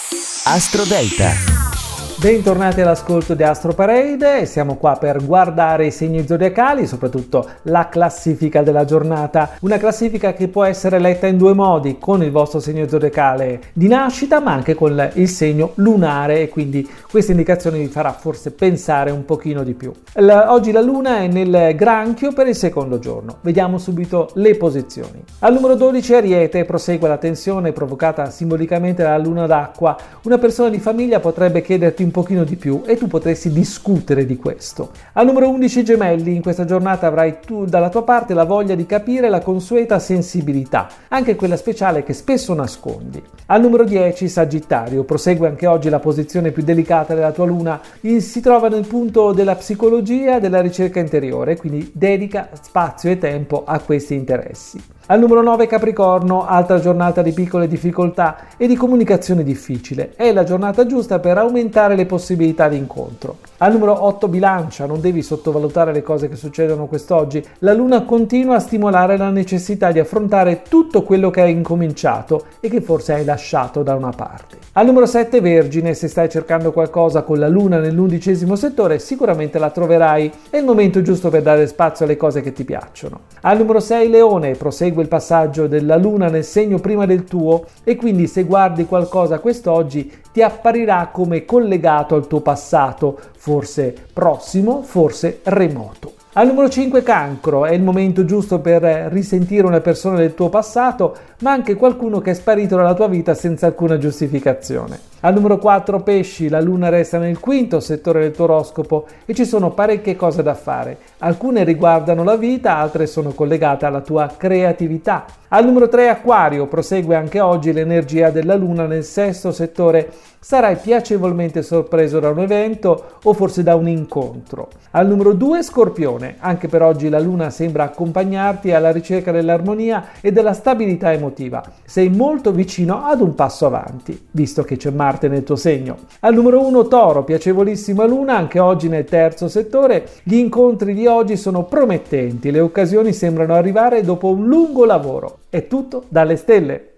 Astro Delta. Bentornati all'ascolto di Astro Parade, siamo qua per guardare i segni zodiacali, soprattutto la classifica della giornata, una classifica che può essere letta in due modi, con il vostro segno zodiacale di nascita ma anche con il segno lunare, e quindi questa indicazione vi farà forse pensare un pochino di più. Oggi la luna è nel granchio per il secondo giorno, vediamo subito le posizioni. Al numero 12 Ariete, prosegue la tensione provocata simbolicamente dalla luna d'acqua, una persona di famiglia potrebbe chiederti un pochino di più e tu potresti discutere di questo. Al numero 11 Gemelli, in questa giornata avrai tu dalla tua parte la voglia di capire la consueta sensibilità, anche quella speciale che spesso nascondi. Al numero 10 Sagittario, prosegue anche oggi la posizione più delicata della tua luna, si trova nel punto della psicologia e della ricerca interiore, quindi dedica spazio e tempo a questi interessi. Al numero 9 Capricorno, altra giornata di piccole difficoltà e di comunicazione difficile. È la giornata giusta per aumentare le possibilità di incontro. Al numero 8 Bilancia, non devi sottovalutare le cose che succedono quest'oggi. La luna continua a stimolare la necessità di affrontare tutto quello che hai incominciato e che forse hai lasciato da una parte. Al numero 7 Vergine, se stai cercando qualcosa con la luna nell'11° settore, sicuramente la troverai. È il momento giusto per dare spazio alle cose che ti piacciono. Al numero 6 Leone, prosegue il passaggio della luna nel segno prima del tuo e quindi se guardi qualcosa quest'oggi ti apparirà come collegato al tuo passato, forse prossimo, forse remoto. Al numero 5 Cancro, è il momento giusto per risentire una persona del tuo passato, ma anche qualcuno che è sparito dalla tua vita senza alcuna giustificazione. Al numero 4 Pesci, la luna resta nel 5° settore del tuo oroscopo e ci sono parecchie cose da fare. Alcune riguardano la vita, altre sono collegate alla tua creatività. Al numero 3 Acquario, prosegue anche oggi l'energia della luna nel 6° settore. Sarai piacevolmente sorpreso da un evento o forse da un incontro. Al numero 2 Scorpione, anche per oggi la luna sembra accompagnarti alla ricerca dell'armonia e della stabilità emotiva. Sei molto vicino ad un passo avanti, visto che c'è Marte nel tuo segno. Al numero 1 Toro, piacevolissima luna, anche oggi nel 3° settore. Gli incontri di oggi sono promettenti, le occasioni sembrano arrivare dopo un lungo lavoro. È tutto dalle stelle.